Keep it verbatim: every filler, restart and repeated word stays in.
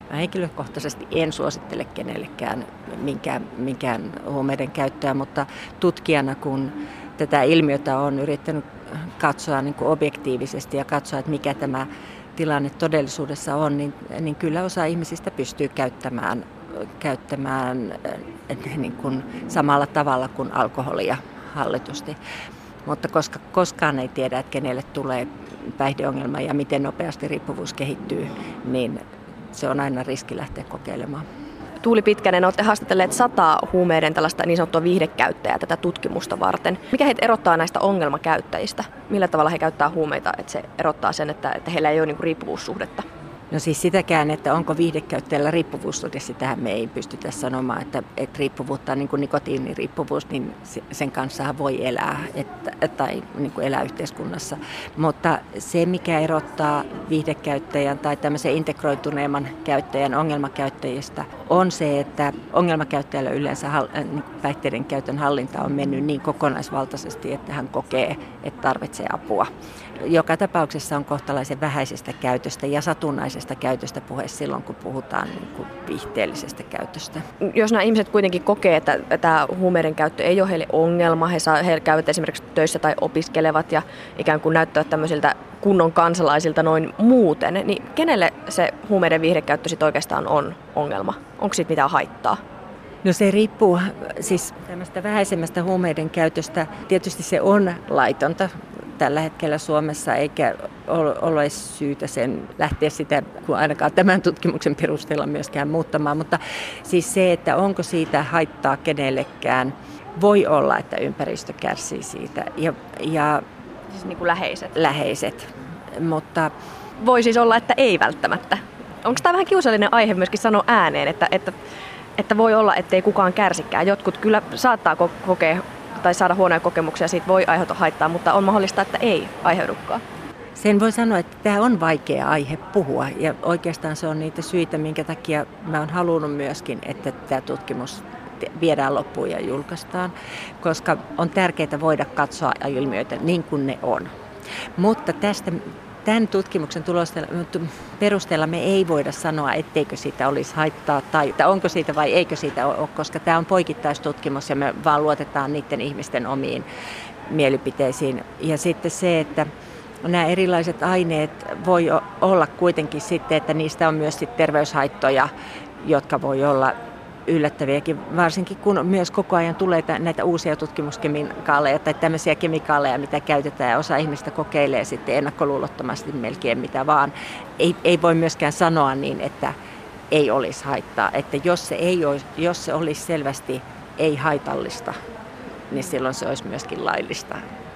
Mä henkilökohtaisesti en suosittele kenellekään minkään, minkään huumeiden käyttöä, mutta tutkijana kun tätä ilmiötä on yrittänyt katsoa niin kuin objektiivisesti ja katsoa, että mikä tämä tilanne todellisuudessa on, niin, niin kyllä osa ihmisistä pystyy käyttämään, käyttämään niin kuin samalla tavalla kuin alkoholia hallitusti. Mutta koska koskaan ei tiedä, että kenelle tulee päihdeongelma ja miten nopeasti riippuvuus kehittyy, niin se on aina riski lähteä kokeilemaan. Tuuli Pitkänen, olette haastatelleet sataa huumeiden tällaista niin sanottua viihdekäyttäjää tätä tutkimusta varten. Mikä heitä erottaa näistä ongelmakäyttäjistä? Millä tavalla he käyttää huumeita, että se erottaa sen, että, että heillä ei ole niinku riippuvuussuhdetta? No siis sitäkään, että onko viihdekäyttäjällä riippuvuussuhde, sitähän me ei pystytä sanomaan, että, että riippuvuutta on niin kuin nikotiiniriippuvuus, niin sen kanssa voi elää että, tai niin kuin elää yhteiskunnassa. Mutta se, mikä erottaa viihdekäyttäjän tai tämmöisen integroituneemman käyttäjän ongelmakäyttäjistä, on se, että ongelmakäyttäjällä yleensä niin päihteiden käytön hallinta on mennyt niin kokonaisvaltaisesti, että hän kokee, että tarvitsee apua. Joka tapauksessa on kohtalaisen vähäisestä käytöstä ja satunnaisesta käytöstä puhe silloin, kun puhutaan niin kuin viihteellisestä käytöstä. Jos nämä ihmiset kuitenkin kokee, että tämä huumeiden käyttö ei ole heille ongelma, he, saa, he käyvät esimerkiksi töissä tai opiskelevat ja ikään kuin näyttävät tämmöisiltä kunnon kansalaisilta noin muuten, niin kenelle se huumeiden viihdekäyttö sitten oikeastaan on ongelma? Onko siitä mitään haittaa? No se riippuu siis tämmöistä vähäisemmästä huumeiden käytöstä. Tietysti se on laitonta tällä hetkellä Suomessa, eikä ole syytä sen lähteä sitä, kun ainakaan tämän tutkimuksen perusteella myöskään muuttamaan. Mutta siis se, että onko siitä haittaa kenellekään, voi olla, että ympäristö kärsii siitä. Ja, ja siis niin kuin läheiset. Läheiset, mutta voi siis olla, että ei välttämättä. Onko tämä vähän kiusallinen aihe myöskin sanoa ääneen, että, että, että voi olla, ettei kukaan kärsikään. Jotkut kyllä saattaa kokea tai saada huonoja kokemuksia, siitä voi aiheuttaa haittaa, mutta on mahdollista, että ei aiheudukaan. Sen voi sanoa, että tämä on vaikea aihe puhua ja oikeastaan se on niitä syitä, minkä takia mä oon halunnut myöskin, että tämä tutkimus viedään loppuun ja julkaistaan, koska on tärkeää voida katsoa ilmiöitä niin kuin ne on. Mutta tästä Tämän tutkimuksen perusteella me ei voida sanoa, etteikö siitä olisi haittaa tai onko siitä vai eikö siitä ole, koska tämä on poikittaistutkimus ja me vaan luotetaan niiden ihmisten omiin mielipiteisiin. Ja sitten se, että nämä erilaiset aineet voi olla kuitenkin sitten, että niistä on myös sitten terveyshaittoja, jotka voi olla yllättäviäkin, varsinkin kun myös koko ajan tulee näitä uusia tutkimuskemikaaleja tai tämmöisiä kemikaaleja, mitä käytetään ja osa ihmistä kokeilee sitten ennakkoluulottomasti melkein mitä vaan. Ei, ei voi myöskään sanoa niin, että ei olisi haittaa, että jos se, ei olisi, jos se olisi selvästi ei haitallista, niin silloin se olisi myöskin laillista.